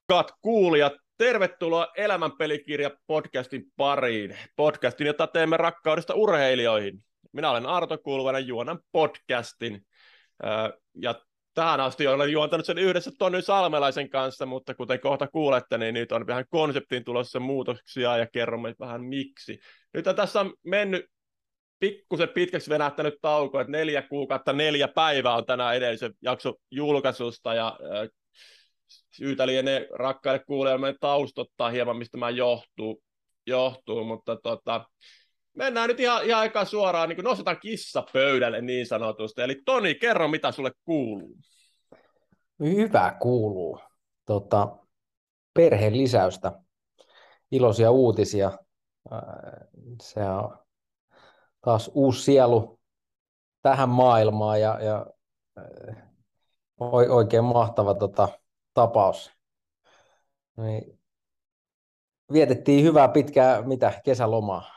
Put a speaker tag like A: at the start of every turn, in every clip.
A: Rakkaat kuulijat, tervetuloa Elämänpelikirja-podcastin pariin. Podcastin, jota teemme rakkaudesta urheilijoihin. Minä olen Arto Kulvanen, juonan podcastin. Ja tähän asti olen juontanut sen yhdessä Tony Salmelaisen kanssa, mutta kuten kohta kuulette, niin nyt on vähän konseptiin tulossa muutoksia ja kerromme vähän miksi. Nyt tässä on mennyt pikkusen pitkäksi venähtänyt tauko, että 4 kuukautta 4 päivää on tänään edellisen jakson julkaisusta ja syytä lienee rakkaille kuulijoille taustottaa hieman, mistä mä johtuu mutta mennään nyt ihan aikaa suoraan, niin nostetaan kissa pöydälle niin sanotusti. Eli Toni, kerro mitä sulle kuuluu.
B: Hyvä kuuluu. Perheen lisäystä, iloisia uutisia. Se on taas uusi sielu tähän maailmaan ja oikein mahtava tapaus. Niin, vietettiin hyvää pitkää kesälomaa.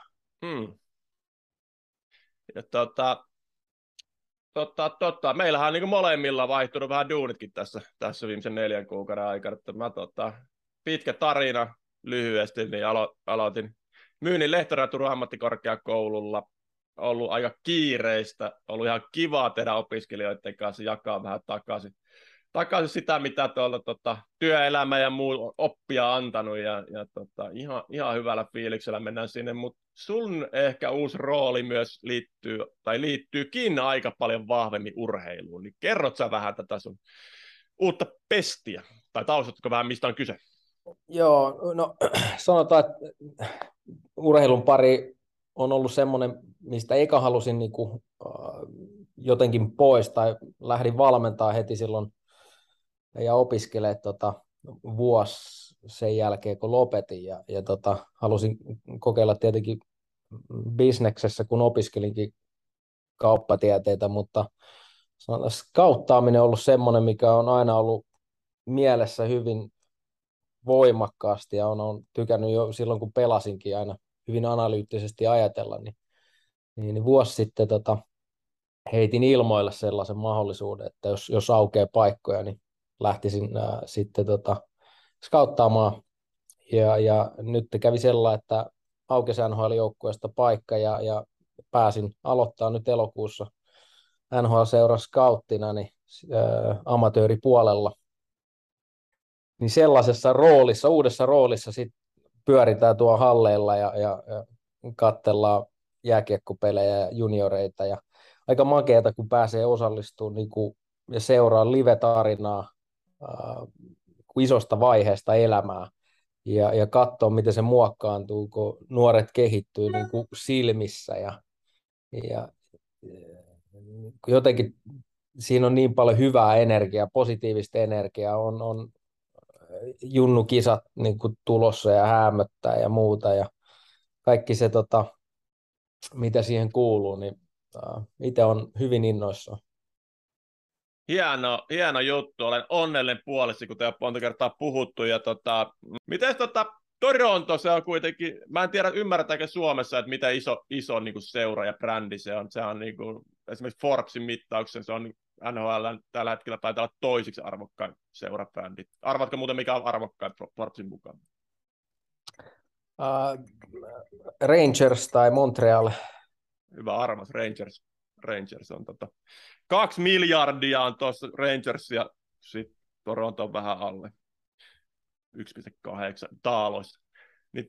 A: Ja meillähän on niin molemmilla vaihtunut vähän duunitkin tässä viimeisen 4 kuukauden aikana. Että mä pitkä tarina lyhyesti, niin aloitin myynnin lehtorina Turun ammattikorkeakoululla. Ollut aika kiireistä, ollut ihan kivaa tehdä opiskelijoiden kanssa, jakaa vähän takaisin sitä, mitä tuolta työelämä ja muu oppia antanut, ja ihan hyvällä fiiliksellä mennään sinne, mutta sun ehkä uusi rooli myös liittyykin aika paljon vahvemmin urheiluun, niin kerrot sä vähän tätä sun uutta pestiä, tai taustatko vähän mistä on kyse?
B: Joo, no sanotaan, että urheilun pari on ollut semmoinen, mistä eka halusin jotenkin pois, tai lähdin valmentaa heti silloin ja opiskelemaan vuosi sen jälkeen, kun lopetin. Ja halusin kokeilla tietenkin bisneksessä, kun opiskelinkin kauppatieteitä, mutta skauttaaminen on ollut semmoinen, mikä on aina ollut mielessä hyvin voimakkaasti, ja on tykännyt jo silloin, kun pelasinkin aina hyvin analyyttisesti ajatella, niin vuosi sitten heitin ilmoille sellaisen mahdollisuuden, että jos aukeaa paikkoja, niin lähtisin sitten skauttaamaan. Ja nyt kävi sellainen, että aukesi NHL-joukkueesta paikka ja pääsin aloittaa nyt elokuussa NHL-seuran skauttina niin, amatööripuolella. Niin sellaisessa roolissa, uudessa roolissa sit pyöritään tuo halleilla ja katsellaan jääkiekkopelejä ja junioreita. Ja aika makeata, kun pääsee osallistumaan ja seuraa live-tarinaa isosta vaiheesta elämää ja katsoa, miten se muokkaantuu, kun nuoret kehittyy silmissä. Ja jotenkin siinä on niin paljon hyvää energiaa, positiivista energiaa, on junnukisat tulossa ja häämöttää ja muuta, ja kaikki se, mitä siihen kuuluu, niin itse on hyvin innoissaan.
A: Hieno juttu, olen onnellinen puolesta, kuten on monta kertaa puhuttu. Ja miten Toronto, se on kuitenkin, mä en tiedä ymmärretäänkö Suomessa, että miten iso niin kuin seura ja brändi se on. Se on niin kuin, esimerkiksi Forbesin mittauksen, se on NHL tällä hetkellä taitaa olla toisiksi arvokkain seurabrändi. Arvatko muuten, mikä on arvokkain Forbesin mukaan?
B: Rangers tai Montreal.
A: Hyvä arvas, Rangers on 2 miljardia on tuossa Rangers, ja sitten Toronto on vähän alle 1,8 taaloissa. Niin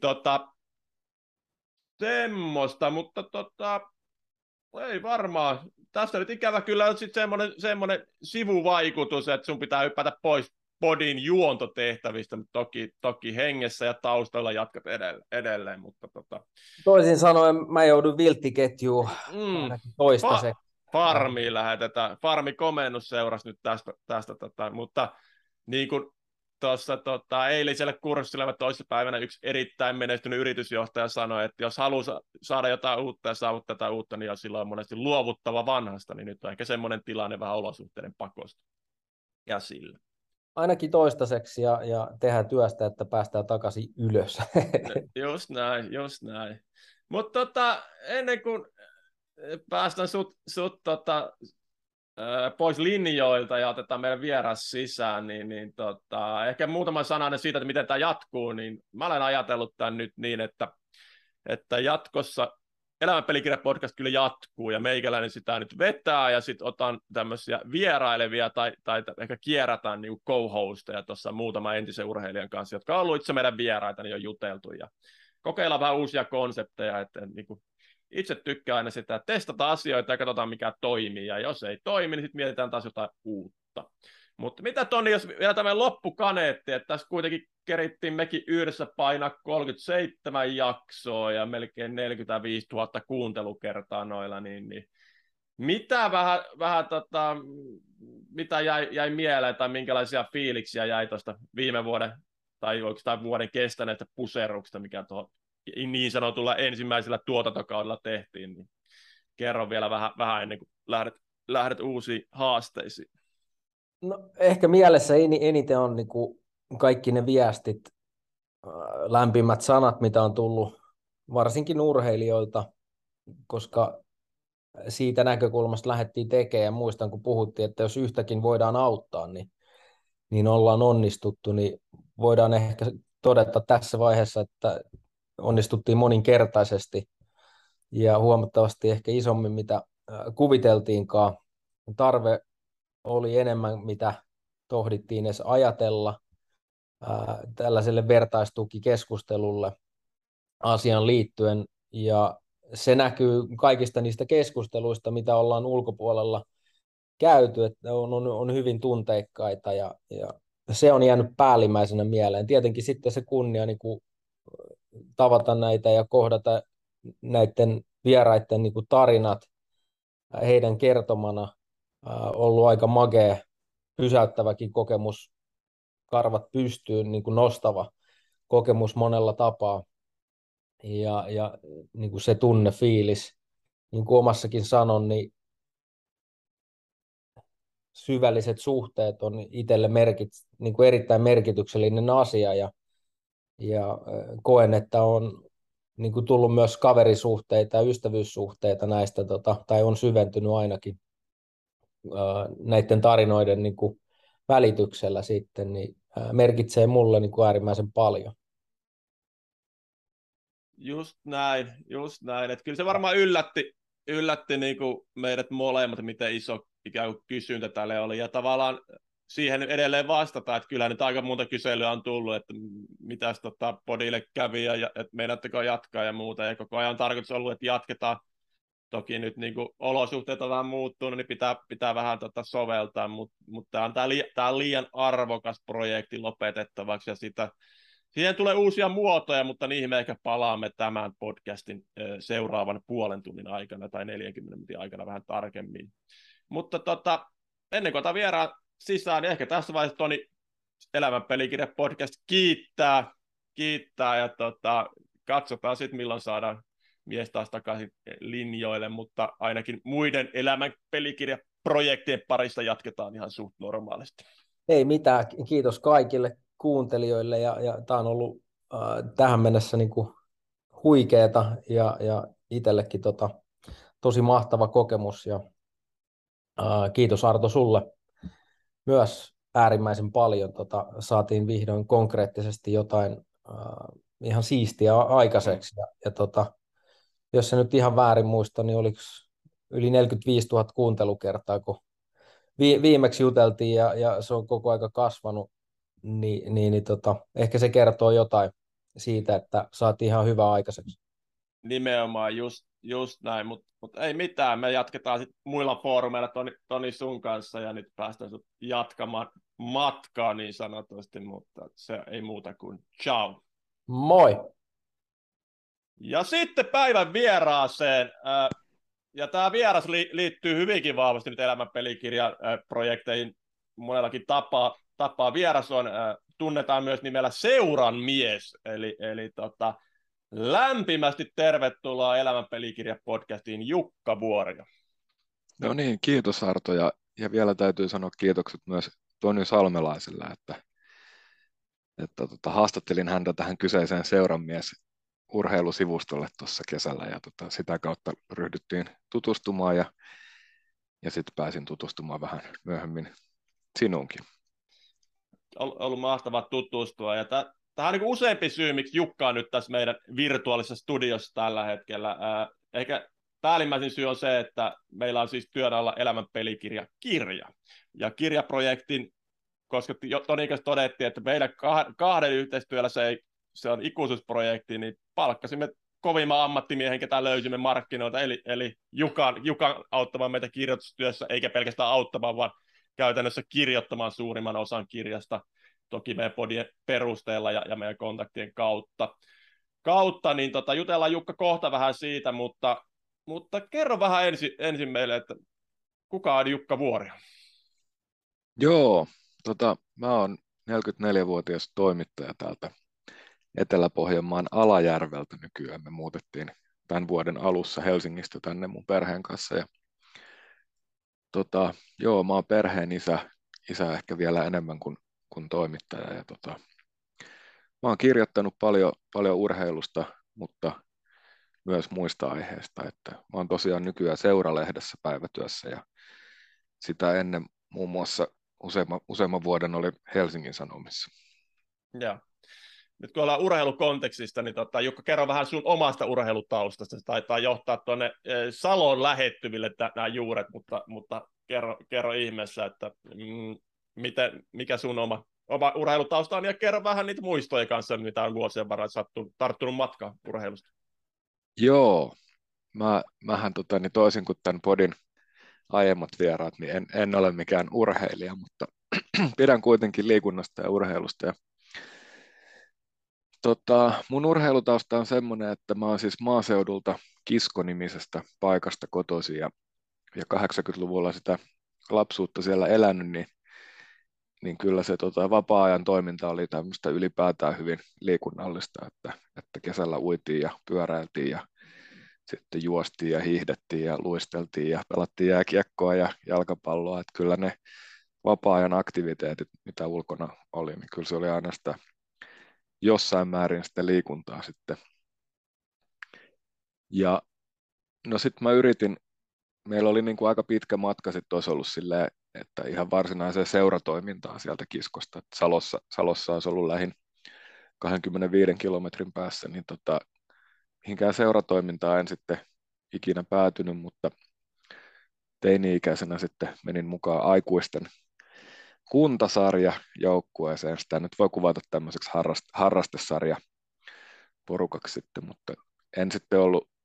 A: semmoista, mutta ei varmaan. Tästä nyt ikävä kyllä on sitten semmoinen sivuvaikutus, että sun pitää hypätä pois podin juontotehtävistä, mutta toki hengessä ja taustalla jatkat edelleen. Mutta
B: Toisin sanoen mä joudun vilttiketjuun toistaiseksi.
A: Farmiin lähetetään. Farmi-komennus seurasi nyt tästä mutta niin kuin tuossa eiliselle kurssille toissapäivänä yksi erittäin menestynyt yritysjohtaja sanoi, että jos haluaa saada jotain uutta ja saavuttaa tätä uutta, niin on silloin monesti luovuttava vanhasta, niin nyt on ehkä semmoinen tilanne vähän olosuhteiden pakosta käsillä.
B: Ainakin toistaiseksi ja tehdään työstä, että päästään takaisin ylös.
A: Just näin. Mutta ennen kuin päästään sut pois linjoilta ja otetaan meidän vieras sisään, ehkä muutama sananen siitä, että miten tämä jatkuu, niin mä olen ajatellut tämän nyt niin, että jatkossa Elämänpelikirja-podcast kyllä jatkuu, ja meikäläinen sitä nyt vetää, ja sitten otan tämmöisiä vierailevia, tai ehkä kierrätään niin co-hosteja tuossa muutama entisen urheilijan kanssa, jotka on ollut itse meidän vieraita, niin on juteltu, ja kokeillaan vähän uusia konsepteja, että niin kuin itse tykkään aina sitä, että testata asioita ja katsotaan mikä toimii, ja jos ei toimi, niin sitten mietitään taas jotain uutta. Mutta mitä Toni, jos vielä tämä loppukaneetti, että tässä kuitenkin kerittiin mekin yhdessä painaa 37 jaksoa ja melkein 45 000 kuuntelukertaa noilla, niin mitä mitä jäi mieleen tai minkälaisia fiiliksiä jäi tuosta viime vuoden tai oikeastaan vuoden kestäneestä puseruksesta, mikä tuohon niin sanotulla ensimmäisellä tuotantokaudella tehtiin, niin kerro vielä vähän ennen kuin lähdet uusiin haasteisiin.
B: No, ehkä mielessä eniten on niin kuin kaikki ne viestit, lämpimät sanat, mitä on tullut varsinkin urheilijoilta, koska siitä näkökulmasta lähdettiin tekemään, ja muistan, kun puhuttiin, että jos yhtäkin voidaan auttaa, niin ollaan onnistuttu, niin voidaan ehkä todeta tässä vaiheessa, että onnistuttiin moninkertaisesti ja huomattavasti ehkä isommin, mitä kuviteltiinkaan. Tarve oli enemmän, mitä tohdittiin edes ajatella tällaiselle vertaistukikeskustelulle asian liittyen, ja se näkyy kaikista niistä keskusteluista, mitä ollaan ulkopuolella käyty, että on hyvin tunteikkaita, ja se on jäänyt päällimmäisenä mieleen. Tietenkin sitten se kunnia niin kuin tavata näitä ja kohdata näiden vieraiden niin kuin tarinat heidän kertomana, ollut aika magea, pysäyttäväkin kokemus, karvat pystyyn, niin kuin nostava kokemus monella tapaa, ja niin kuin se tunnefiilis, niin kuin omassakin sanon, niin syvälliset suhteet on itselle niin kuin erittäin merkityksellinen asia, ja koen, että on niin kuin tullut myös kaverisuhteita ja ystävyyssuhteita näistä, tai on syventynyt ainakin näiden tarinoiden niin kuin välityksellä sitten, niin merkitsee mulle niin kuin äärimmäisen paljon.
A: Just näin. Että kyllä se varmaan yllätti niin kuin meidät molemmat, miten iso ikään kuin kysyntä tälle oli. Ja tavallaan siihen edelleen vastata, että kyllä nyt aika monta kyselyä on tullut, että mitäs podille kävi ja että meinaatteko jatkaa ja muuta. Ja koko ajan on tarkoitus ollut, että jatketaan. Toki nyt niin kuin olosuhteet on vähän muuttunut, niin pitää vähän soveltaa, mutta tämä on liian arvokas projekti lopetettavaksi, ja siihen tulee uusia muotoja, mutta niihin me ehkä palaamme tämän podcastin seuraavan puolen tunnin aikana tai 40 minuutin aikana vähän tarkemmin. Mutta ennen kuin otan vieraan sisään, niin ehkä tässä vaiheessa Toni Elämänpelikirja podcast kiittää ja katsotaan sitten milloin saadaan mies taas takaisin linjoille, mutta ainakin muiden elämänpelikirjaprojektien parissa jatketaan ihan suht normaalisti.
B: Ei mitään, kiitos kaikille kuuntelijoille, ja tämä on ollut tähän mennessä niin kuin huikeeta, ja itsellekin tosi mahtava kokemus, ja kiitos Arto sulle myös äärimmäisen paljon. Saatiin vihdoin konkreettisesti jotain ihan siistiä aikaiseksi, ja jos se nyt ihan väärin muista, niin oliko yli 45 000 kuuntelukertaa, kun viimeksi juteltiin, ja se on koko aika kasvanut, ehkä se kertoo jotain siitä, että saatiin ihan hyvää aikaiseksi.
A: Nimenomaan just näin, mutta ei mitään, me jatketaan sit muilla foorumeilla Toni sun kanssa, ja nyt päästään jatkamaan matkaa niin sanotusti, mutta se ei muuta kuin ciao.
B: Moi!
A: Ja sitten päivän vieraaseen, ja tämä vieras liittyy hyvinkin vahvasti nyt elämänpelikirjaprojekteihin monellakin tapaa. Vieras tunnetaan myös nimellä Seuran mies, eli lämpimästi tervetuloa Elämänpelikirja-podcastiin Jukka Vuorio.
C: No niin, kiitos Arto, ja vielä täytyy sanoa kiitokset myös Toni Salmelaiselle, että haastattelin häntä tähän kyseiseen Seuranmies urheilusivustolle tuossa kesällä, ja sitä kautta ryhdyttiin tutustumaan, ja ja sitten pääsin tutustumaan vähän myöhemmin sinuunkin.
A: Ollut mahtavaa tutustua. Ja tämä on niin useampi syy, miksi Jukka on nyt tässä meidän virtuaalisessa studiossa tällä hetkellä. Ehkä päällimmäisin syy on se, että meillä on siis työn alla Elämän pelikirja. Ja kirjaprojektin, koska todennäköisesti todettiin, että meidän kahden yhteistyöllä se on ikuisuusprojekti, niin palkkasimme kovimman ammattimiehen, ketä löysimme markkinoilta, eli Jukan auttamaan meitä kirjoitustyössä, eikä pelkästään auttamaan, vaan käytännössä kirjoittamaan suurimman osan kirjasta, toki meidän podien perusteella ja meidän kontaktien kautta niin jutellaan Jukka kohta vähän siitä, mutta kerro vähän ensin meille, että kuka on Jukka Vuorio?
C: Joo, mä oon 44-vuotias toimittaja täältä Etelä-Pohjanmaan Alajärveltä nykyään. Me muutettiin tämän vuoden alussa Helsingistä tänne mun perheen kanssa. Ja, joo, mä oon perheen isä ehkä vielä enemmän kuin toimittaja. Ja, mä oon kirjoittanut paljon urheilusta, mutta myös muista aiheista. Että mä oon tosiaan nykyään Seuralehdessä päivätyössä ja sitä ennen muun muassa useamman vuoden oli Helsingin Sanomissa.
A: Joo. Nyt kun ollaan urheilukontekstista, niin Jukka, kerro vähän sun omasta urheilutaustasta. Se taitaa johtaa tuonne Salon lähettyville nämä juuret, mutta kerro ihmeessä, että mikä sun oma urheilutausta on, ja kerro vähän niitä muistoja kanssa, mitä on vuosien varrella tarttunut matkaan urheilusta.
C: Joo, mähän toisin kuin tämän podin aiemmat vieraat, niin en ole mikään urheilija, mutta pidän kuitenkin liikunnasta ja urheilusta. Ja, mun urheilutausta on semmoinen, että mä oon siis maaseudulta Kisko-nimisestä paikasta kotoisin ja 80-luvulla sitä lapsuutta siellä elänyt, niin kyllä se vapaa-ajan toiminta oli tämmöistä ylipäätään hyvin liikunnallista, että kesällä uitiin ja pyöräiltiin ja sitten juostiin ja hiihdettiin ja luisteltiin ja pelattiin jääkiekkoa ja jalkapalloa, että kyllä ne vapaa-ajan aktiviteetit, mitä ulkona oli, niin kyllä se oli aina sitä jossain määrin sitä liikuntaa sitten. Ja no sitten mä yritin, meillä oli niin kuin aika pitkä matka sitten olisi ollut silleen, että ihan varsinaiseen seuratoimintaan sieltä Kiskosta, että Salossa olisi ollut lähin 25 kilometrin päässä, niin mihinkään seuratoimintaan en sitten ikinä päätynyt, mutta teini-ikäisenä sitten menin mukaan aikuisten kuntasarjajoukkueeseen. Sitä nyt voi kuvata tämmöiseksi harrastesarja porukaksi sitten, mutta en sitten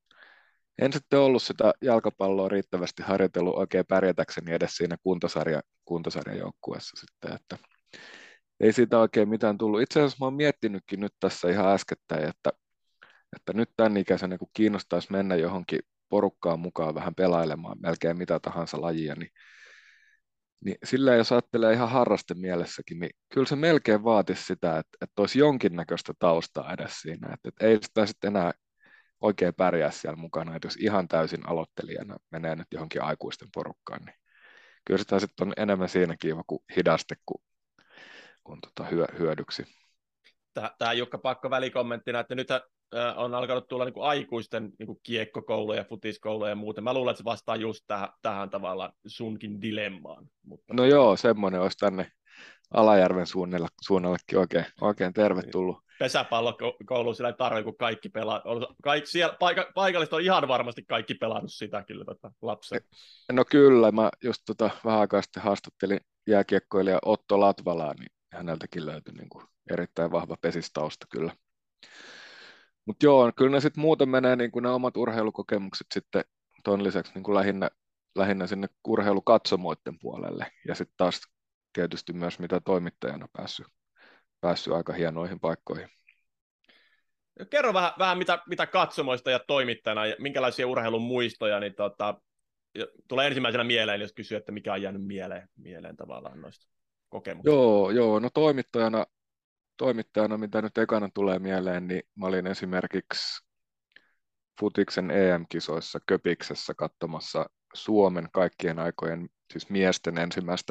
C: ollut sitä jalkapalloa riittävästi harjoitellut oikein pärjätäkseni edes siinä kuntasarjajoukkueessa sitten, että ei siitä oikein mitään tullut. Itse asiassa mä oon miettinytkin nyt tässä ihan äskettäin, että nyt tämän ikäisenä, kun kiinnostaisi mennä johonkin porukkaan mukaan vähän pelailemaan melkein mitä tahansa lajia, niin sillä jos ajattelee ihan harrastemielessäkin, niin kyllä se melkein vaatisi sitä, että olisi jonkinnäköistä taustaa edes siinä, että ei sitä sitten enää oikein pärjää siellä mukana, että jos ihan täysin aloittelijana menee nyt johonkin aikuisten porukkaan, niin kyllä sitä sitten on enemmän siinä kiva kuin hidaste kuin hyödyksi.
A: Tämä Jukka, pakko välikommenttina, että nyt on alkanut tulla niin kuin aikuisten niin kuin kiekkokouluja, futiskouluja ja muuten. Mä luulen, että se vastaa just tähän tavallaan sunkin dilemmaan. Mutta
C: no joo, semmoinen olisi tänne Alajärven suunnallekin oikein tervetullut.
A: Pesäpallokoulu sillä ei tarvitse, kun kaikki pelaa. Siellä paikallista on ihan varmasti kaikki pelannut sitä kyllä lapsen.
C: No kyllä, mä just vähän aikaa sitten haastattelin jääkiekkoilija Otto Latvalaa, niin häneltäkin löytyi niin kuin erittäin vahva pesistausta kyllä. Mutta joo, kyllä ne sitten muuten menee niin kuin ne omat urheilukokemukset sitten ton lisäksi niin kuin lähinnä sinne urheilukatsomoiden puolelle. Ja sitten taas tietysti myös mitä toimittajana päässyt aika hienoihin paikkoihin.
A: Kerro vähän mitä katsomoista ja toimittajana ja minkälaisia urheilun muistoja, niin tulee ensimmäisenä mieleen, jos kysyy, että mikä on jäänyt mieleen tavallaan noista kokemuksista.
C: Joo, no toimittajana, mitä nyt ekana tulee mieleen, niin mä olin esimerkiksi futiksen EM-kisoissa Köpiksessä katsomassa Suomen kaikkien aikojen, siis miesten ensimmäistä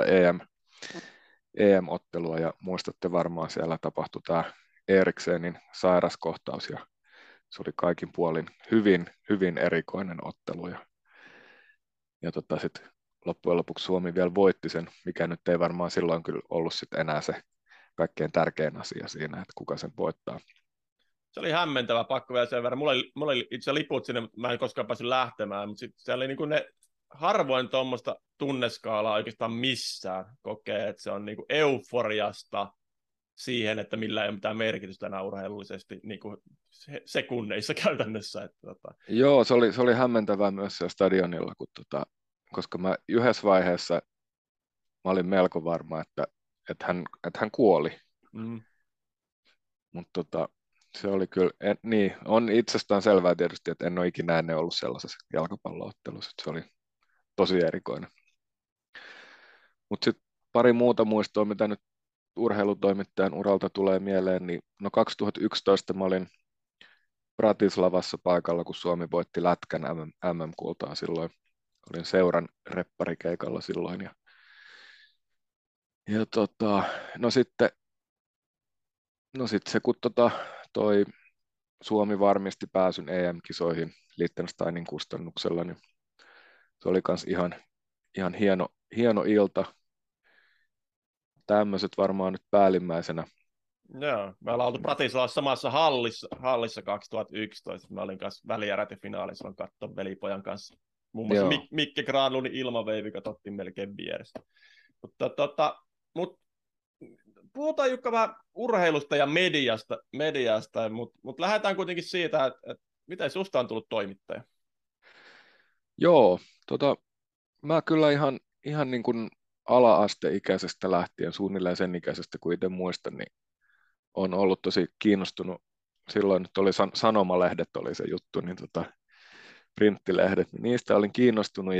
C: EM-ottelua, ja muistatte varmaan siellä tapahtui tämä Eriksenin sairaskohtaus, ja se oli kaikin puolin hyvin, hyvin erikoinen ottelu, ja sit loppujen lopuksi Suomi vielä voitti sen, mikä nyt ei varmaan silloin kyllä ollut sit enää se kaikkein tärkein asia siinä, että kuka sen voittaa.
A: Se oli hämmentävä, pakko vielä sen verran. Mulla oli itse liput sinne, mä en koskaan päässyt lähtemään, mutta sitten siellä oli niin kuin ne harvoin tuommoista tunneskaalaa oikeastaan missään kokee, että se on niin kuin euforiasta siihen, että millä ei ole mitään merkitystä enää urheilullisesti niin kuin sekunneissa käytännössä.
C: Joo, se oli hämmentävää myös siellä stadionilla, koska mä yhdessä vaiheessa mä olin melko varma, että hän kuoli. Mutta se oli kyllä, niin, on itsestään selvää tietysti, että en ole ikinä ennen ollut sellaisessa jalkapalloottelussa, että se oli tosi erikoinen. Mutta sitten pari muuta muistoa, mitä nyt urheilutoimittajan uralta tulee mieleen, niin 2011 mä olin Bratislavassa paikalla, kun Suomi voitti lätkän MM-kultaa silloin. Olin seuran repparikeikalla silloin. Ja no sitten se, kun toi Suomi varmisti pääsyn EM-kisoihin Liechtensteinin kustannuksella, niin se oli myös ihan hieno ilta. Tämmöiset varmaan nyt päällimmäisenä.
A: Joo, me ollaan oltu Bratislavassa samassa hallissa 2011. Mä olin kanssa välierätefinaalissa, on katsoa velipojan kanssa. Muun muassa Mikke Granlundin ilmaveivi katsottiin melkein vieressä. Mutta puhutaan Jukka vähän urheilusta ja mediasta mutta lähdetään kuitenkin siitä, että miten susta on tullut toimittaja?
C: Joo, mä kyllä ihan niin kuin ala-asteikäisestä lähtien, suunnilleen sen ikäisestä kuin itse muistan, niin on ollut tosi kiinnostunut. Silloin nyt oli sanomalehdet oli se juttu, niin printtilehdet, niin niistä olin kiinnostunut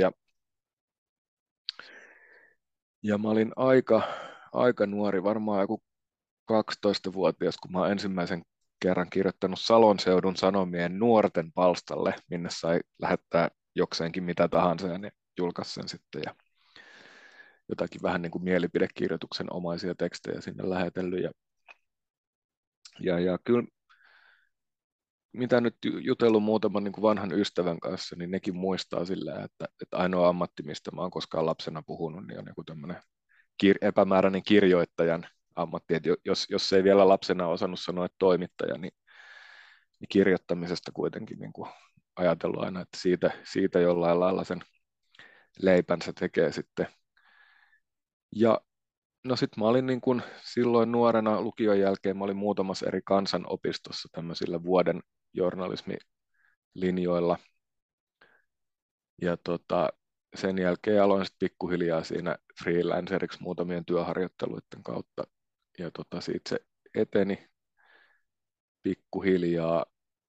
C: ja mä olin aika nuori, varmaan joku 12-vuotias, kun mä olen ensimmäisen kerran kirjoittanut Salon seudun Sanomien nuorten palstalle, minne sai lähettää jokseenkin mitä tahansa ja ne julkaisi sen sitten ja jotakin vähän niin kuin mielipidekirjoituksen omaisia tekstejä sinne lähetellyt ja kyllä mitä nyt jutellut muutaman niin kuin vanhan ystävän kanssa, niin nekin muistaa sillä, että ainoa ammatti, mistä mä oon koskaan lapsena puhunut, niin on joku tämmöinen epämääräinen kirjoittajan ammatti, että jos ei vielä lapsena osannut sanoa, että toimittaja, niin kirjoittamisesta kuitenkin niin kuin ajatellut aina, että siitä jollain lailla sen leipänsä tekee sitten. Ja no sitten mä olin niin kuin silloin nuorena lukion jälkeen, mä olin muutamassa eri kansanopistossa tämmöisillä vuoden journalismilinjoilla. Ja sen jälkeen aloin sitten pikkuhiljaa siinä freelanceriksi muutamien työharjoitteluiden kautta. Ja siitä se eteni pikkuhiljaa.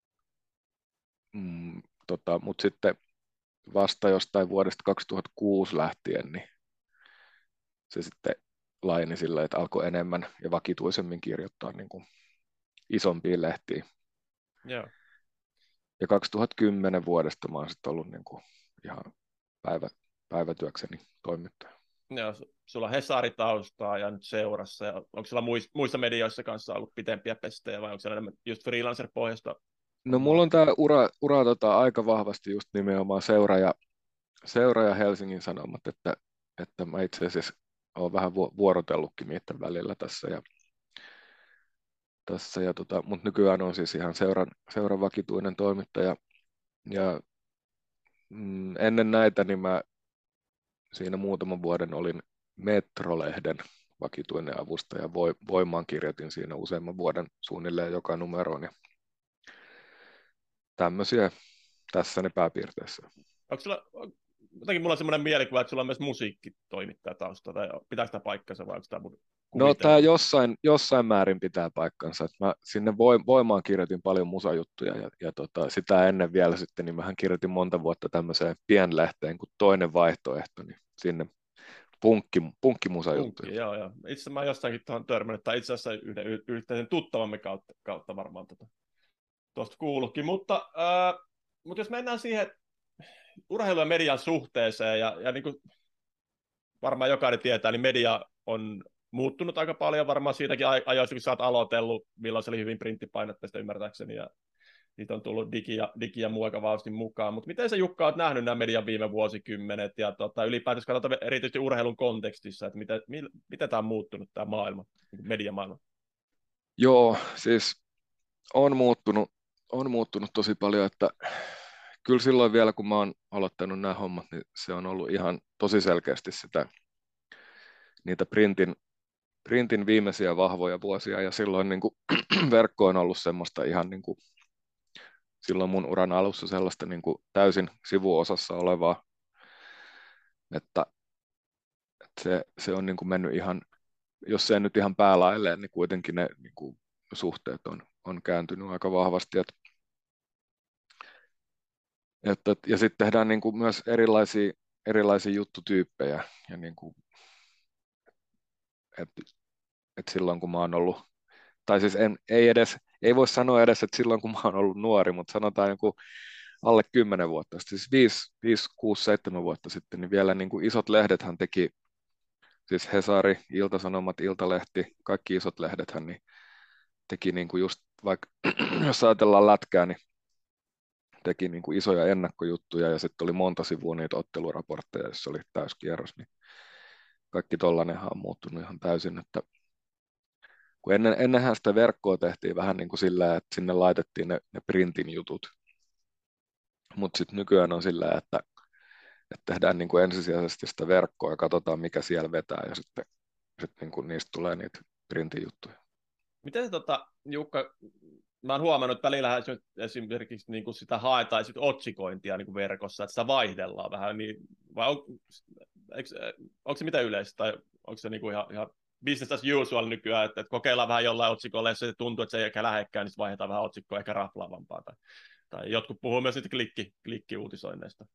C: Mutta sitten vasta jostain vuodesta 2006 lähtien, niin se sitten laajeni sillä, että alkoi enemmän ja vakituisemmin kirjoittaa niin kuin isompiin lehtiin.
A: Joo.
C: Ja 2010 vuodesta mä oon sitten ollut niin kuin ihan päivätyökseni toimittaja.
A: Joo, sulla on Hesari-taustaa ja nyt Seurassa. Ja onko sulla muissa medioissa kanssa ollut pitempiä pestejä vai onko siellä enemmän just freelancer-pohjasta?
C: No mulla on tämä ura aika vahvasti just nimenomaan Seura ja Helsingin Sanomat, että mä itse asiassa olen vähän vuorotellutkin niiden välillä tässä mutta nykyään on siis ihan seuran vakituinen toimittaja ja ennen näitä niin mä siinä muutaman vuoden olin Metro-lehden vakituinen avustaja. Voimaan kirjoitin siinä useamman vuoden suunnilleen joka numeroon ja tämmöisiä tässä ne pääpiirteissä.
A: Onko sulla, jotenkin mulla on semmoinen mielikuva, että sulla on myös musiikkitoimittaja tausta, tai pitääkö tämä paikkansa vai onko tämä mun
C: No tämä jossain määrin pitää paikkansa. Että mä sinne voimaan kirjoitin paljon musajuttuja ja sitä ennen vielä sitten, niin mähän kirjoitin monta vuotta tämmöiseen pienlehteen kuin Toinen vaihtoehto, niin sinne punkkimusajuttuja.
A: Joo. Itse asiassa mä jostakin tuohon törmännyt, tai itse asiassa yhden yhteisen tuttavamme kautta varmaan tuosta kuulukin, mutta jos mennään siihen urheilu- ja median suhteeseen, ja niin kuin varmaan jokainen tietää, niin media on muuttunut aika paljon, varmaan siitäkin ajoista, kun sä oot aloitellut, milloin se oli hyvin printtipainotteista ymmärtääkseni, niitä on tullut digi ja muokavaasti mukaan. Mutta miten sä, Jukka, oot nähnyt nämä median viime vuosikymmenet ja ylipäätänsä katsotaan erityisesti urheilun kontekstissa, että miten tämä on muuttunut, tämä maailma, mediamaailma?
C: Joo, siis on muuttunut tosi paljon, että kyllä silloin vielä, kun mä oon aloittanut nämä hommat, niin se on ollut ihan tosi selkeästi niitä printin viimeisiä vahvoja vuosia, ja silloin niin kuin, verkko on ollut semmoista ihan niin kuin, silloin mun uran alussa sellaista niin kuin täysin sivuosassa olevaa, että se on niin kuin mennyt ihan, jos se ei nyt ihan päälailleen, niin kuitenkin ne niin kuin, suhteet on kääntynyt aika vahvasti. Ja sitten tehdään niin kuin myös erilaisia juttutyyppejä. Ja niin kuin, et silloin kun mä oon ollut, tai siis ei voi sanoa edes, että silloin kun mä oon ollut nuori, mutta sanotaan joku alle 10 vuotta, siis 5, 6, 7 vuotta sitten, niin vielä niin kuin isot lehdethän teki, siis Hesari, Ilta-Sanomat, Iltalehti, kaikki isot lehdethän niin teki niin kuin just, vaikka jos ajatellaan lätkää, niin teki niin kuin isoja ennakkojuttuja ja sitten oli monta sivua niitä otteluraportteja, joissa oli täyskierros, niin kaikki tollanenhan on muuttunut ihan täysin, että kun ennenhän sitä verkkoa tehtiin vähän niin kuin sillä, että sinne laitettiin ne printin jutut, mutta sitten nykyään on sillä, että tehdään niin kuin ensisijaisesti sitä verkkoa ja katsotaan mikä siellä vetää ja sitten niin kuin niistä tulee niitä printin juttuja.
A: Miten se, Jukka, mä oon huomannut, että välillä esimerkiksi niin kuin sitä haetaan otsikointia niin kuin verkossa, että sitä vaihdellaan vähän, niin, vai onko se mitä yleistä, tai onko se niin kuin ihan business as usual nykyään, että kokeillaan vähän jollain otsikolla, jos se tuntuu, että se ei ehkä lähekkään, niin vaihdetaan vähän otsikkoa ehkä raflaavampaa, tai jotkut puhuu myös niitä klikkiuutisoinneista.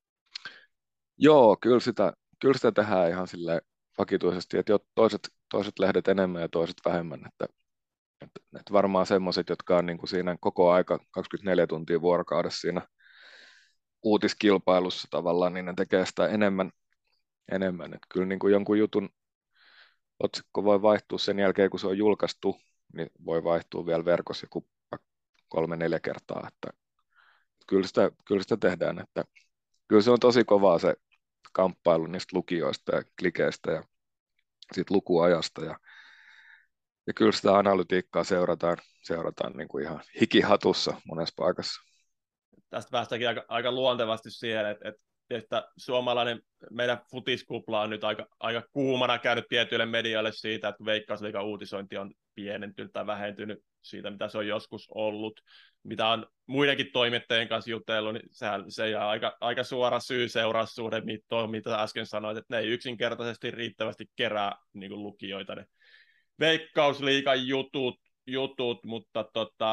C: Joo, kyllä sitä tehdään ihan silleen vakituisesti, että toiset lehdet enemmän ja toiset vähemmän, että varmaan semmoiset, jotka on niin kuin siinä koko aika 24 tuntia vuorokaudessa siinä uutiskilpailussa tavallaan, niin ne tekee sitä enemmän. Että kyllä niin kuin jonkun jutun otsikko voi vaihtua sen jälkeen, kun se on julkaistu, niin voi vaihtua vielä verkossa joku 3-4 kertaa. Että kyllä sitä tehdään, että kyllä se on tosi kovaa se kamppailu niistä lukijoista ja klikeistä ja siitä lukuajasta ja kyllä sitä analytiikkaa seurataan niin kuin ihan hikihatussa monessa paikassa.
A: Tästä päästäänkin aika luontevasti siihen, että suomalainen meidän futiskupla on nyt aika kuumana käynyt tietyille medioille siitä, että Veikkausliigan uutisointi on pienentynyt tai vähentynyt siitä, mitä se on joskus ollut. Mitä on muidenkin toimittajien kanssa jutellut, niin se jää aika suora syy-seuraussuhde tuohon, mitä äsken sanoit, että ne ei yksinkertaisesti riittävästi kerää niin kuin lukijoita ne Veikkausliigan jutut, mutta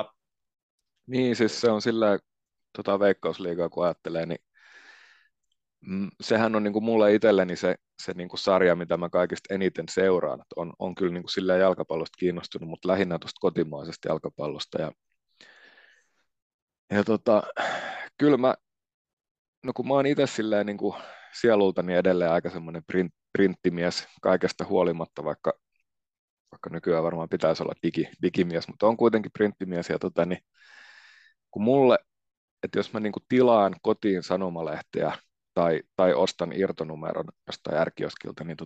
C: Niin, siis se on sillä Veikkausliigaa, kun ajattelee, niin sehän on niin kuin mulle itselleni se niin kuin sarja, mitä mä kaikista eniten seuraan. Että on kyllä niin kuin sillä jalkapallosta kiinnostunut, mutta lähinnä tuosta kotimaisesta jalkapallosta. Ja kyllä kun mä oon itse silleen niin kuin sielultani edelleen aika semmoinen printtimies kaikesta huolimatta, vaikka nykyään varmaan pitäisi olla digimies, mutta on kuitenkin printtimies. Ja niin, kun mulle, että jos mä niin kuin tilaan kotiin sanomalehteä tai ostan irtonumeron jostain R-kioskilta, niin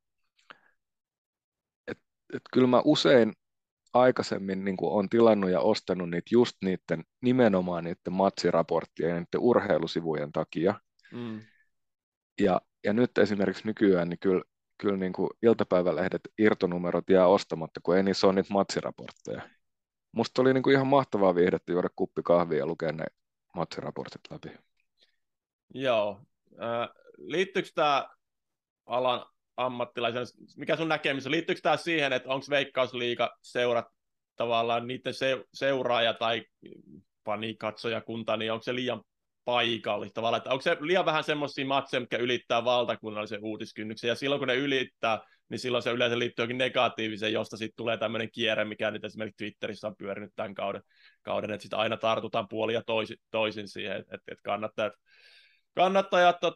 C: kyllä mä usein aikaisemmin niin kuin on tilannut ja ostanut niitä just nimenomaan niiden matsiraporttien ja niiden urheilusivujen takia.
A: Mm.
C: Ja nyt esimerkiksi nykyään, niin kyllä niin kuin iltapäivälehdet irtonumerot jää ostamatta, kun ei niissä ole niitä matsiraportteja. Musta oli niin kuin ihan mahtavaa viihdettä juoda kuppi kahvia ja lukea ne matsiraportit läpi.
A: Joo. Liittyykö tämä alan ammattilaisen, mikä sun näkemys on, liittyykö tämä siihen, että onko Veikkausliiga seurat tavallaan niiden seuraaja tai fanikatsojakunta, niin onko se liian paikallista tavallaan, että onko se liian vähän semmoisia matseja, mitkä ylittää valtakunnallisen uutiskynnyksen, ja silloin kun ne ylittää, niin silloin se yleensä liittyy jokin negatiiviseen, josta sitten tulee tämmöinen kierre, mikä nyt esimerkiksi Twitterissä on pyörinyt tämän kauden, että sitten aina tartutaan puolin ja toisin siihen, että kannattajat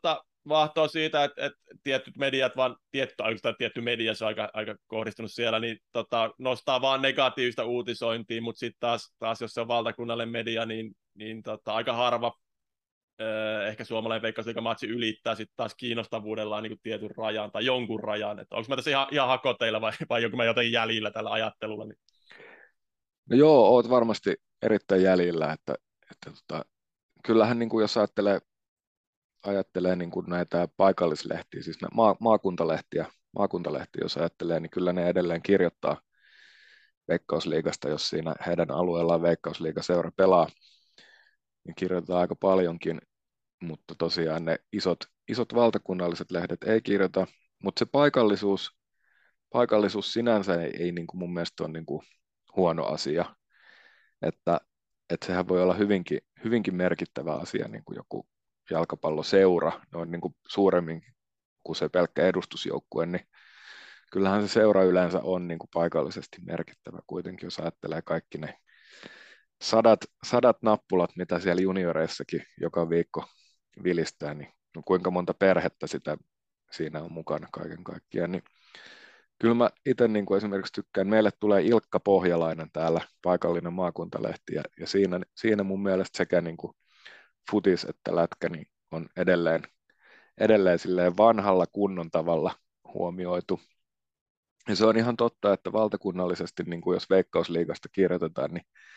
A: vahtoo siitä, että tietyt mediat, vaan tietty media, se on aika kohdistunut siellä, niin nostaa vaan negatiivista uutisointia, mutta sitten taas jos se on valtakunnallinen media, niin aika harva ehkä suomalainen Veikkausliigamatsi ylittää sitten taas kiinnostavuudellaan niin tietyn rajan tai jonkun rajan. Että onko mä tässä ihan hakoteilla vai joku mä jotenkin jäljillä tällä ajattelulla? Niin.
C: No joo, oot varmasti erittäin jäljillä, että kyllähän niin kuin jos ajattelee niin kuin näitä paikallislehtiä, siis maakuntalehtiä, jos ajattelee, niin kyllä ne edelleen kirjoittaa Veikkausliigasta, jos siinä heidän alueellaan Veikkausliigaseura pelaa, niin kirjoitetaan aika paljonkin, mutta tosiaan ne isot valtakunnalliset lehdet ei kirjoita, mutta se paikallisuus sinänsä ei niin kuin mun mielestä ole niin kuin huono asia, että sehän voi olla hyvinkin merkittävä asia, niin kuin joku jalkapalloseura, noin niin kuin suuremmin kuin se pelkkä edustusjoukkue, niin kyllähän se seura yleensä on niin kuin paikallisesti merkittävä kuitenkin, jos ajattelee kaikki ne sadat nappulat, mitä siellä junioreissakin joka viikko vilistää, niin no kuinka monta perhettä siinä on mukana kaiken kaikkiaan, niin kyllä mä itse niin kuin esimerkiksi tykkään, meille tulee Ilkka Pohjalainen täällä, paikallinen maakuntalehti, ja siinä mun mielestä sekä niin kuin futis että lätkä niin on edelleen silleen vanhalla kunnon tavalla huomioitu. Ja se on ihan totta, että valtakunnallisesti, niin kuin jos Veikkausliigasta kirjoitetaan,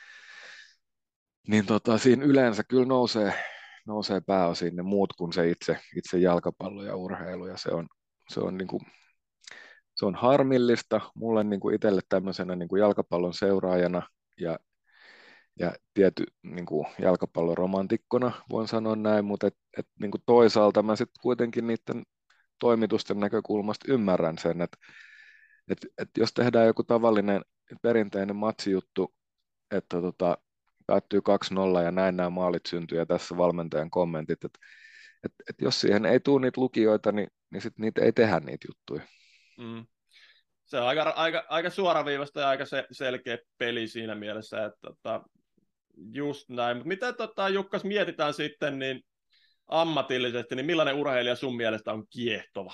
C: niin siinä yleensä kyllä nousee pääosin ne muut kuin se itse jalkapallo ja urheilu, ja se on niin kuin se on harmillista mulle niin kuin itselle tämmöisenä niin kuin jalkapallon seuraajana ja niin kuin jalkapalloromantikkona, voin sanoa näin, mutta niin kuin toisaalta mä sitten kuitenkin niiden toimitusten näkökulmasta ymmärrän sen, että jos tehdään joku tavallinen perinteinen matsijuttu, että päättyy 2-0 ja näin nämä maalit syntyy ja tässä valmentajan kommentit, että jos siihen ei tule niitä lukijoita, niin sitten niitä ei tehdä niitä juttuja.
A: Mm. Se on aika suoraviivasta ja aika selkeä peli siinä mielessä, että just näin. Mutta mitä Jukkas mietitään sitten niin ammatillisesti, niin millainen urheilija sun mielestä on kiehtova?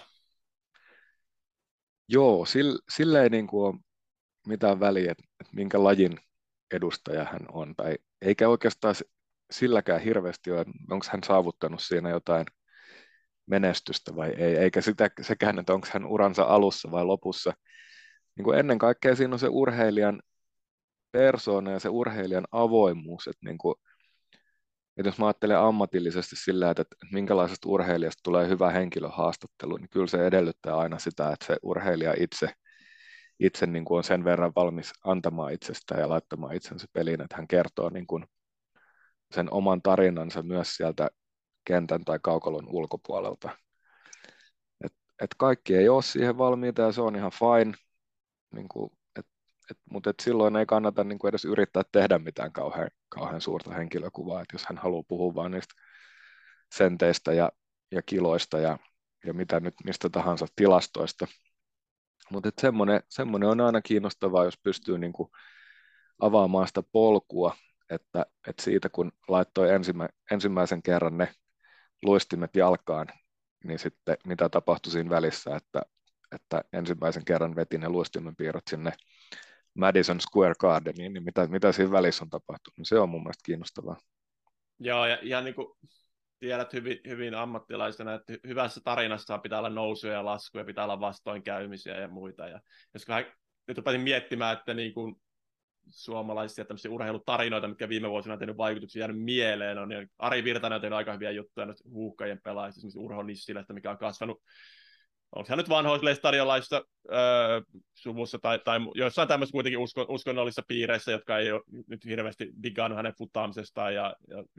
C: Joo, sillä ei niin kuin ole mitään väliä, että minkä lajin edustaja hän on, tai eikä oikeastaan silläkään hirveästi ole, onko hän saavuttanut siinä jotain menestystä vai ei, eikä sekään, että onko hän uransa alussa vai lopussa. Niin kuin ennen kaikkea siinä on se urheilijan persoona ja se urheilijan avoimuus, että jos mä ajattelen ammatillisesti sillä, että minkälaisesta urheilijasta tulee hyvä henkilöhaastattelu, niin kyllä se edellyttää aina sitä, että se urheilija itse niin kuin on sen verran valmis antamaan itsestään ja laittamaan itsensä peliin, että hän kertoo niin kuin sen oman tarinansa myös sieltä kentän tai kaukalon ulkopuolelta. Et kaikki ei ole siihen valmiita ja se on ihan fine, niin kuin, mutta silloin ei kannata niin kuin edes yrittää tehdä mitään kauhean suurta henkilökuvaa, että jos hän haluaa puhua vain niistä senteistä ja kiloista ja mitä nyt mistä tahansa tilastoista. Mutta semmoinen on aina kiinnostavaa, jos pystyy niin kuin avaamaan sitä polkua, että siitä kun laittoi ensimmäisen kerran ne luistimet jalkaan, niin sitten mitä tapahtui siinä välissä, että ensimmäisen kerran veti ne luistimenpiirrot sinne Madison Square Gardeniin, niin mitä siinä välissä on tapahtunut, niin se on mun mielestä kiinnostavaa.
A: Joo, ja niin kuin tiedät hyvin ammattilaisena, että hyvässä tarinassa pitää olla nousuja ja laskuja, pitää olla vastoinkäymisiä ja muita. Ja jos nyt rupesin miettimään, että niin kuin suomalaisia tämmöisiä urheilutarinoita, mitkä viime vuosina on tehnyt vaikutuksia jäänyt mieleen, on niin Ari Virtanen on tehnyt aika hyviä juttuja noista huuhkajien pelaajista, esimerkiksi Urho Nissilästä, mikä on kasvanut, onko hän nyt vanhoissa stadionlaisissa suvussa tai jossain tämmöisissä kuitenkin uskonnollisissa piireissä, jotka ei ole nyt hirveästi digannut hänen futaamisestaan ja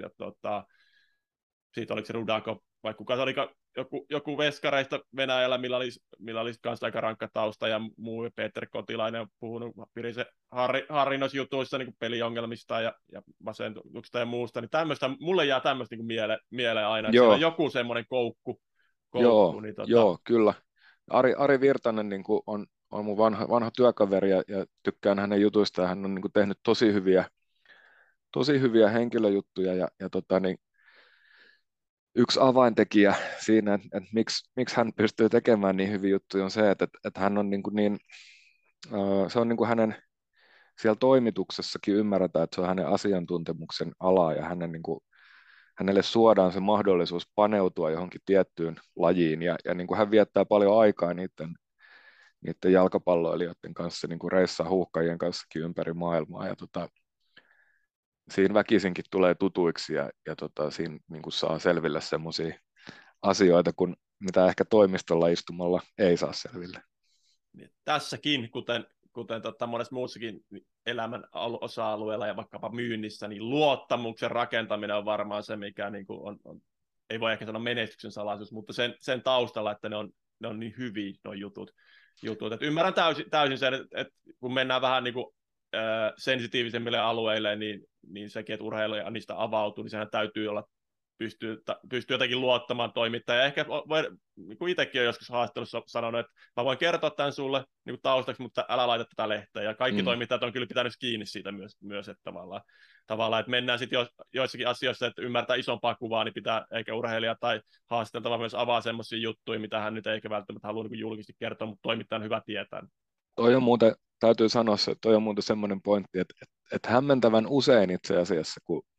A: siitä oliko se Rudakov, vai kuka se oli, joku veskareista Venäjällä, millä oli kanssa aika rankka tausta, ja muu Peter Kotilainen on puhunut Pirisen Harrin jutuissa niin peliongelmista ja masentuksesta ja muusta, niin mulle jää tämmöistä niin mieleen aina, että siellä on joku semmoinen koukku.
C: Joo, kyllä. Ari Virtanen niin kuin on mun vanha työkaveri ja tykkään hänen jutuistaan. Hän on niin kuin tehnyt tosi hyviä henkilöjuttuja ja yksi avaintekijä siinä, että miksi hän pystyy tekemään niin hyviä juttuja, on se, että hän on se on hänen siellä toimituksessakin ymmärretään, että se on hänen asiantuntemuksen ala ja hänelle suodaan se mahdollisuus paneutua johonkin tiettyyn lajiin ja hän viettää paljon aikaa niiden jalkapalloilijoiden kanssa, reissaa huuhkajien kanssakin ympäri maailmaa ja siinä väkisinkin tulee tutuiksi ja siinä saa selville semmoisia asioita, mitä ehkä toimistolla istumalla ei saa selville.
A: Tässäkin, kuten monessa muussakin elämän osa-alueella ja vaikkapa myynnissä, niin luottamuksen rakentaminen on varmaan se, mikä on ei voi ehkä sanoa menestyksen salaisuus, mutta sen taustalla, että ne on niin hyviä nuo jutut. Et ymmärrän täysin sen, että kun mennään vähän sensitiivisemmille alueille, niin sekin, että urheilija niistä avautuu, niin sehän täytyy olla pystyy jotenkin luottamaan toimittajaan. Ehkä niin itsekin olen joskus haastattelussa sanonut, että mä voin kertoa tämän sulle niin taustaksi, mutta älä laita tätä lehteä. Ja kaikki toimittajat on kyllä pitänyt kiinni siitä myös että tavallaan, että mennään sitten joissakin asioissa, että ymmärtää isompaa kuvaa, niin pitää eikä urheilija tai haastateltava myös avaa semmoisia juttuja, mitä hän nyt eikä välttämättä halua niin julkisesti kertoa, mutta toimittajan hyvä tietää.
C: Toi on muuten, täytyy sanoa, että toi on muuten semmoinen pointti, että hämmentävän usein itse asiassa,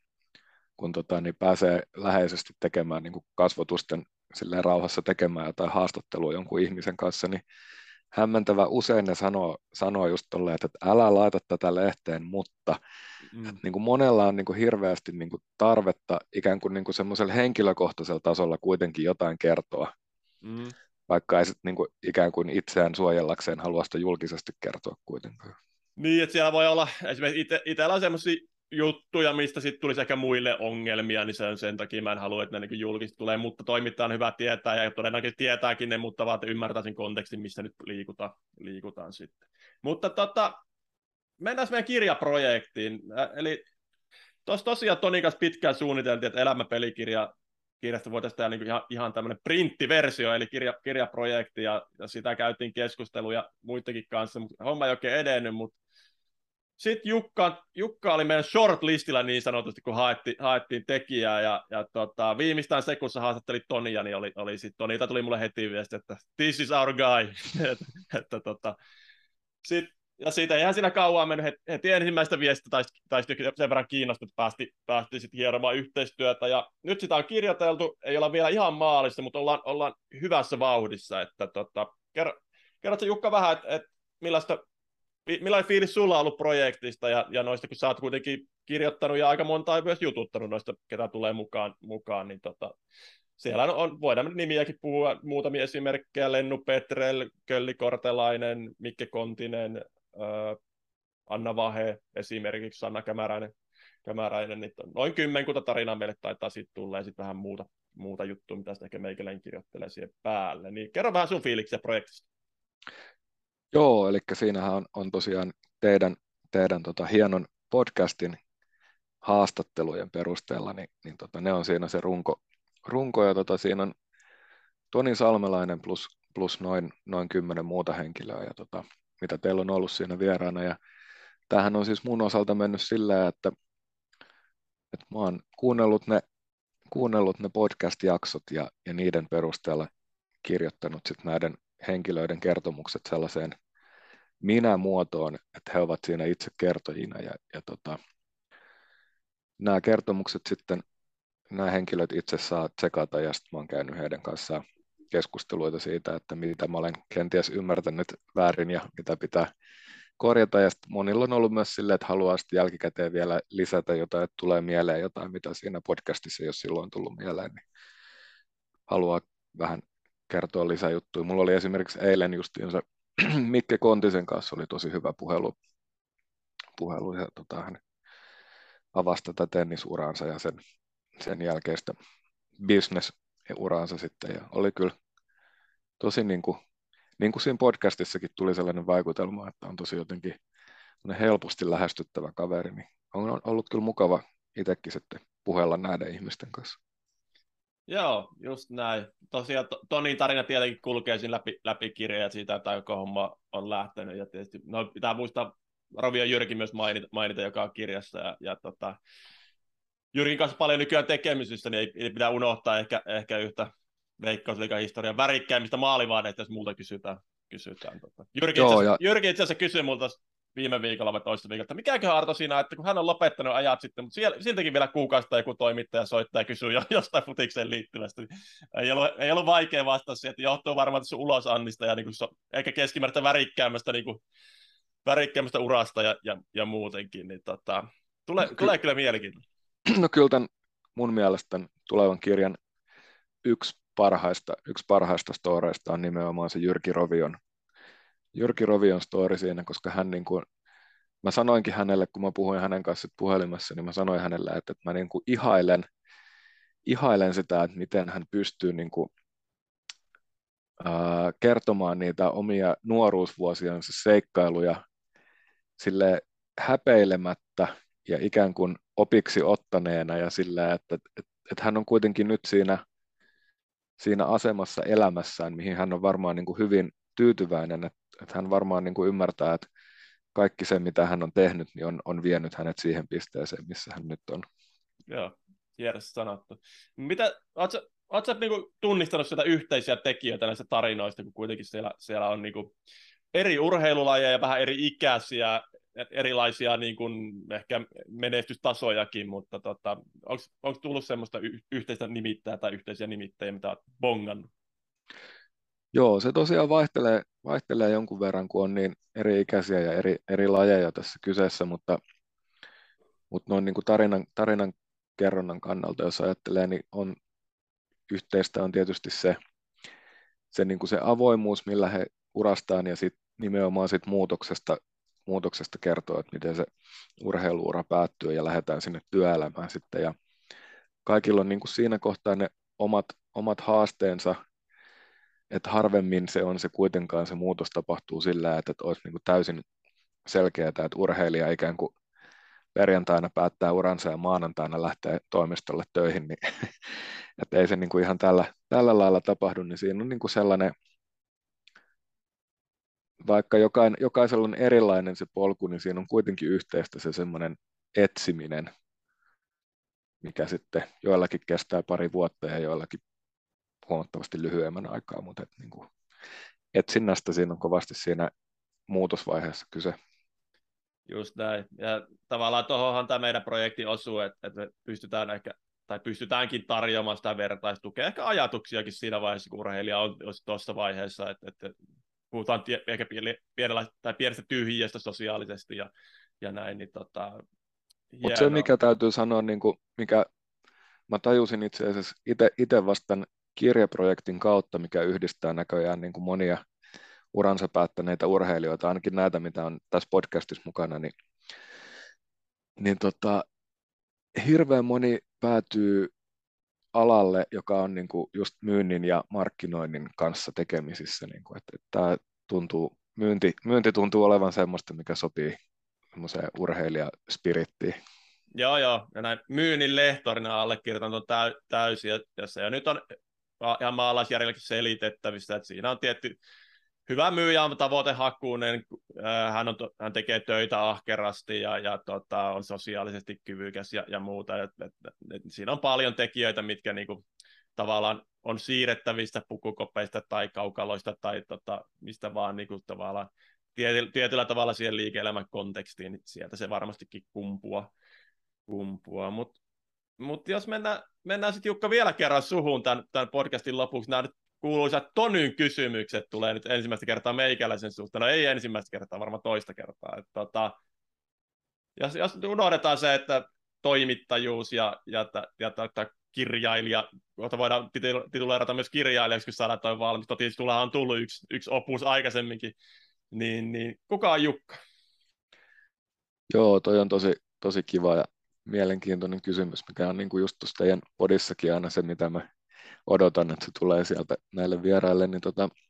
C: kun niin pääsee läheisesti tekemään niin kuin kasvotusten silleen rauhassa tekemään jotain haastattelua jonkun ihmisen kanssa, niin hämmentävän usein ne sanoo just tolleen, että älä laita tätä lehteen, mutta niin kuin monella on niin kuin hirveästi niin kuin tarvetta ikään kuin semmoisella henkilökohtaisella tasolla kuitenkin jotain kertoa, vaikka ei sit niin kuin ikään kuin itseään suojellakseen halua sitä julkisesti kertoa kuitenkaan.
A: Niin, että siellä voi olla, esimerkiksi itsellä on semmoisia juttuja, mistä sitten tulisi ehkä muille ongelmia, niin sen takia mä en halua, että ne niin julkisesti tulee, mutta toimittaja on hyvä tietää, ja todennäköisesti tietääkin ne, mutta vaan ymmärtää sen kontekstin, missä nyt liikutaan sitten. Mutta mennään meidän kirjaprojektiin. Eli tosiaan Tonin kanssa pitkään suunniteltiin, että elämäpelikirjasta voitaisiin tehdä niin ihan tämmöinen printtiversio, eli kirjaprojekti, ja sitä käytiin keskusteluja muidenkin kanssa, mutta homma ei oikein edennyt, mutta sitten Jukka oli meidän shortlistilla niin sanotusti, kun haettiin tekijää, ja viimeistään se, kun sä haastattelit Tonia, niin oli sitten Tonilta tuli mulle heti viesti, että this is our guy. Ja siitä eihän siinä kauan mennyt, heti ensimmäistä viestistä taisi sen verran kiinnostunut, että päästiin sitten hieromaan yhteistyötä, ja nyt sitä on kirjoiteltu, ei olla vielä ihan maalissa, mutta ollaan hyvässä vauhdissa, että kerrotko Jukka vähän, että millainen fiilis sulla on ollut projektista ja noista, kun sä oot kuitenkin kirjoittanut ja aika monta myös jututtanut noista, ketä tulee mukaan niin siellä voidaan nimiäkin puhua, muutamia esimerkkejä, Lennu Petrel, Kölli Kortelainen, Mikke Kontinen, Anna Vahe esimerkiksi, Sanna Kämäräinen, niin noin 10 tarinaa meille taitaa siitä tulla ja sitten vähän muuta juttua, mitä sitten ehkä meikäläinen kirjoittelee siihen päälle. Niin kerro vähän sun fiiliksiä projektista.
C: Joo, eli siinähän on tosiaan teidän hienon podcastin haastattelujen perusteella, niin ne on siinä se runko ja siinä on Toni Salmelainen plus noin 10 muuta henkilöä, ja mitä teillä on ollut siinä vieraana. Ja tämähän on siis mun osalta mennyt silleen, että mä oon kuunnellut ne podcast-jaksot ja niiden perusteella kirjoittanut sit näiden henkilöiden kertomukset sellaiseen minä-muotoon, että he ovat siinä itse kertojina. Ja nämä kertomukset sitten, nämä henkilöt itse saa tsekata, ja sitten mä oon käynyt heidän kanssaan keskusteluita siitä, että mitä mä olen kenties ymmärtänyt väärin ja mitä pitää korjata. Ja sitten monilla on ollut myös silleen, että haluaa sitten jälkikäteen vielä lisätä jotain, että tulee mieleen jotain, mitä siinä podcastissa ei ole silloin tullut mieleen, niin haluaa vähän kertoa lisäjuttuja. Mulla oli esimerkiksi eilen justiinsa Mikke Kontisen kanssa oli tosi hyvä puhelu ja hän avasi tätä tennisuraansa ja sen jälkeistä business-uraansa sitten, ja oli kyllä tosi niin kuin siinä podcastissakin tuli sellainen vaikutelma, että on tosi jotenkin helposti lähestyttävä kaveri, niin on ollut kyllä mukava itsekin sitten puhella näiden ihmisten kanssa.
A: Joo, just näin. Tosiaan Tonin tarina tietenkin kulkee siinä läpi kirjaa siitä, että joko homma on lähtenyt. Ja tietysti, pitää muistaa Rovio Jyrki myös mainita, joka on kirjassa. Ja Jyrkin kanssa paljon nykyään tekemisissä, niin ei pidä unohtaa ehkä yhtä Veikkausliigan historian värikkäimmistä maalivahdeista, jos multa kysytään.
C: Joo, ja
A: Jyrki itse asiassa kysyi multa viime viikolla vai toista viikolla, että mikäköhän Arto siinä, että kun hän on lopettanut ajat sitten, mutta siltäkin vielä kuukausista joku toimittaja soittaa ja kysyy jostain futikseen liittyvästä. Ei ollut vaikea vastata siihen, että johtuu varmaan tässä ulosannista ja niin kuin ehkä keskimääräistä värikkäämmästä urasta ja muutenkin. Niin tulee kyllä mielenkiintoista.
C: no kyllä tämän mun mielestä tämän tulevan kirjan yksi parhaista storeista on nimenomaan se Jyrki Rovion story siinä, koska hän niin kuin, mä sanoinkin hänelle, kun mä puhuin hänen kanssa puhelimessa, niin mä sanoin hänelle, että mä niin kuin ihailen sitä, että miten hän pystyy niin kuin, kertomaan niitä omia nuoruusvuosiansa seikkailuja sille häpeilemättä ja ikään kuin opiksi ottaneena ja sillä, että hän on kuitenkin nyt siinä asemassa elämässään, mihin hän on varmaan niin kuin hyvin tyytyväinen, että hän varmaan niin kuin ymmärtää, että kaikki se, mitä hän on tehnyt, niin on vienyt hänet siihen pisteeseen, missä hän nyt on.
A: Joo, hienosti sanottu. Oletko niinku tunnistanut sitä yhteisiä tekijöitä näistä tarinoista, kun kuitenkin siellä on niinku eri urheilulajeja ja vähän eri ikäisiä, erilaisia niinku ehkä menestystasojakin, mutta onko tullut semmoista yhteistä nimittäjää tai yhteisiä nimittäjiä, mitä olet bongannut?
C: Joo, se tosiaan vaihtelee jonkun verran, kun on niin eri ikäisiä ja eri lajeja tässä kyseessä, mutta noin niin kuin tarinan kerronnan kannalta, jos ajattelee, niin yhteistä on tietysti niin kuin se avoimuus, millä he urastaan ja sitten nimenomaan sit muutoksesta kertoo, että miten se urheiluura päättyy ja lähdetään sinne työelämään sitten. Ja kaikilla on niin kuin siinä kohtaa ne omat haasteensa, että harvemmin se on se kuitenkaan se muutos tapahtuu sillä, että olisi niin kuin täysin selkeää, että urheilija ikään kuin perjantaina päättää uransa ja maanantaina lähtee toimistolle töihin, niin että ei se niin kuin ihan tällä lailla tapahdu, niin siinä on niin kuin sellainen, vaikka jokaisella on erilainen se polku, niin siinä on kuitenkin yhteistä se semmoinen etsiminen, mikä sitten joillakin kestää pari vuotta ja joillakin huomattavasti lyhyemmän aikaa, mutta niin kuin etsinnästä siinä on kovasti siinä muutosvaiheessa kyse.
A: Just näin. Ja tavallaan tuohonhan tämä meidän projekti osuu, että me pystytäänkin tarjoamaan sitä vertaistukea, ehkä ajatuksiakin siinä vaiheessa, kun urheilija on tuossa vaiheessa, että puhutaan ehkä pienestä tyhjiöstä sosiaalisesti ja näin. Niin
C: mutta se, mikä täytyy sanoa, niin kuin, mikä mä tajusin itse asiassa itse vastaan kirjaprojektin kautta, mikä yhdistää näköjään niin kuin monia uransa päättäneitä urheilijoita, ainakin näitä, mitä on tässä podcastissa mukana, niin hirveän moni päätyy alalle, joka on niin kuin just myynnin ja markkinoinnin kanssa tekemisissä, niin kuin, että tämä myynti tuntuu olevan semmoista, mikä sopii semmoiseen urheilijaspirittiin.
A: Joo, ja näin myynnin lehtorina allekirjoitan tuon täysin, ja nyt on ihan maalaisjärjelläkin selitettävissä, että siinä on tietty hyvä myyjä, on tavoitehakuinen, hän tekee töitä ahkerasti ja on sosiaalisesti kyvykäs ja muuta. Siinä on paljon tekijöitä, mitkä niinku, tavallaan on siirrettävistä pukukopeista tai kaukaloista tai mistä vaan niinku, tavallaan tietyllä tavalla siihen liike-elämän kontekstiin, niin sieltä se varmastikin kumpuaa. Mutta jos mennään sitten Jukka vielä kerran suhun tämän podcastin lopuksi, nämä kuuluisat Tonyn kysymykset tulee nyt ensimmäistä kertaa meikäläisen suhteen. No ei ensimmäistä kertaa, varmaan toista kertaa. Jos unohdetaan se, että toimittajuus ja kirjailija, jota voidaan tituleerata myös kirjailijaksi, kun saadaan toi valmis. Totiisesti sulla on tullut yksi opus aikaisemminkin. Niin kuka on Jukka?
C: Joo, toi on tosi kiva ja mielenkiintoinen kysymys, mikä on niin kuin just tuossa teidän podissakin aina se, mitä mä odotan, että se tulee sieltä näille vieraille, niin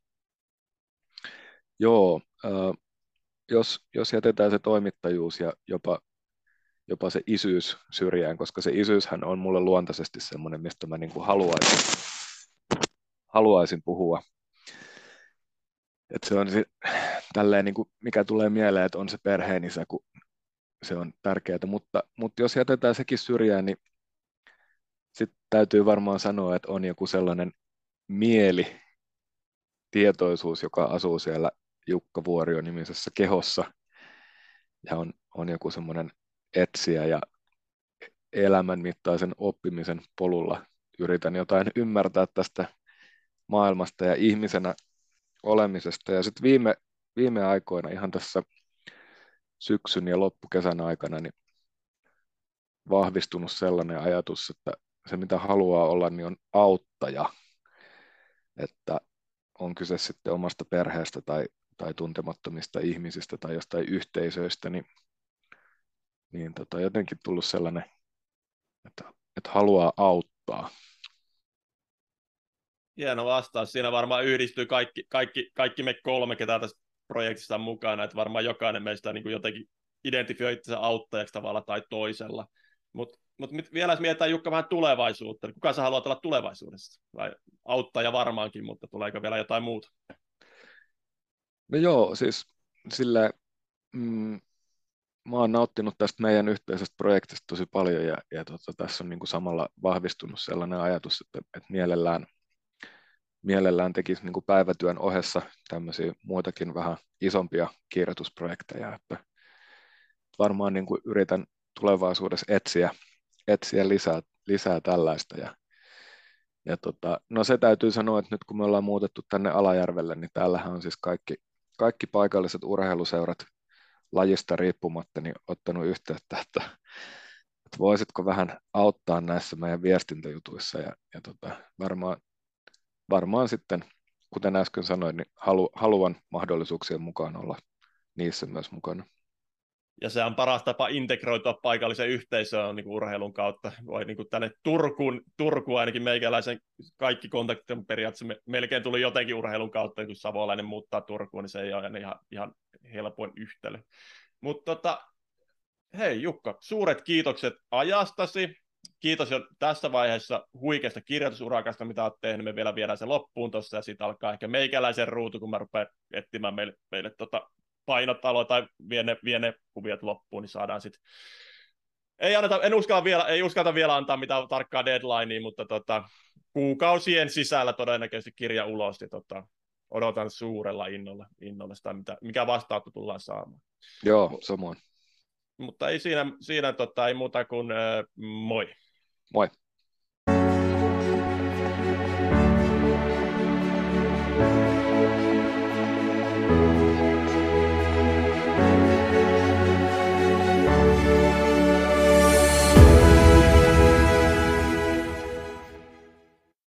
C: joo, jos jätetään se toimittajuus ja jopa se isyys syrjään, koska se isyyshän on mulle luontaisesti semmoinen, mistä mä niin kuin haluaisin puhua. Että se on tälleen, niin kuin, mikä tulee mieleen, että on se perheenisä, kun se on tärkeää, mutta jos jätetään sekin syrjään, niin täytyy varmaan sanoa, että on joku sellainen tietoisuus, joka asuu siellä Jukka Vuorio-nimisessä kehossa ja on joku semmoinen etsiä ja elämänmittaisen oppimisen polulla yritän jotain ymmärtää tästä maailmasta ja ihmisenä olemisesta. Ja sitten viime aikoina, ihan tässä syksyn ja loppukesän aikana, niin vahvistunut sellainen ajatus, että se mitä haluaa olla, niin on auttaja. Että on kyse sitten omasta perheestä tai tuntemattomista ihmisistä tai jostain yhteisöistä, niin jotenkin tullut sellainen, että haluaa auttaa.
A: Hieno vastaus. Siinä varmaan yhdistyy kaikki me kolme, ketä tässä projektissa on mukana, että varmaan jokainen meistä niin kuin jotenkin identifioi itsensä auttajaksi tavalla tai toisella. Mutta vielä jos mietitään Jukka vähän tulevaisuutta, niin kuka sä haluat olla tulevaisuudessa? Vai auttaja varmaankin, mutta tuleeko vielä jotain muuta?
C: No joo, siis silleen, mä oon nauttinut tästä meidän yhteisestä projektista tosi paljon ja tässä on niin kuin samalla vahvistunut sellainen ajatus, että mielellään tekisi niin kuin päivätyön ohessa tämmöisiä muitakin vähän isompia kirjoitusprojekteja, että varmaan niin kuin yritän tulevaisuudessa etsiä lisää tällaista no se täytyy sanoa, että nyt kun me ollaan muutettu tänne Alajärvelle, niin täällähän on siis kaikki paikalliset urheiluseurat lajista riippumatta niin ottanut yhteyttä, että voisitko vähän auttaa näissä meidän viestintäjutuissa ja varmaan sitten, kuten äsken sanoin, niin haluan mahdollisuuksien mukaan olla niissä myös mukana.
A: Ja se on paras tapa integroitua paikalliseen yhteisöön niin kuin urheilun kautta. Voi niin kuin tänne Turkuun ainakin meikäläisen kaikki kontaktit periaatteessa melkein tuli jotenkin urheilun kautta, kun savolainen muuttaa Turkuun, niin se ei ole ihan helpoin yhtälö. Mutta hei Jukka, suuret kiitokset ajastasi. Kiitos jo tässä vaiheessa huikeasta kirjoitusurakasta, mitä olet tehnyt. Me vielä viedään se loppuun tuossa ja siitä alkaa ehkä meikäläisen ruutu, kun mä rupean etsimään meille painotaloa tai vie ne kuviot loppuun, niin saadaan sitten. Ei uskalla vielä antaa mitään tarkkaa deadlinea, mutta kuukausien sisällä todennäköisesti kirja ulos. Ja odotan suurella innolla sitä, mikä vastaanotto tullaan saamaan.
C: Joo, samoin.
A: Mutta ei siinä ei muuta kuin moi.
C: Moi.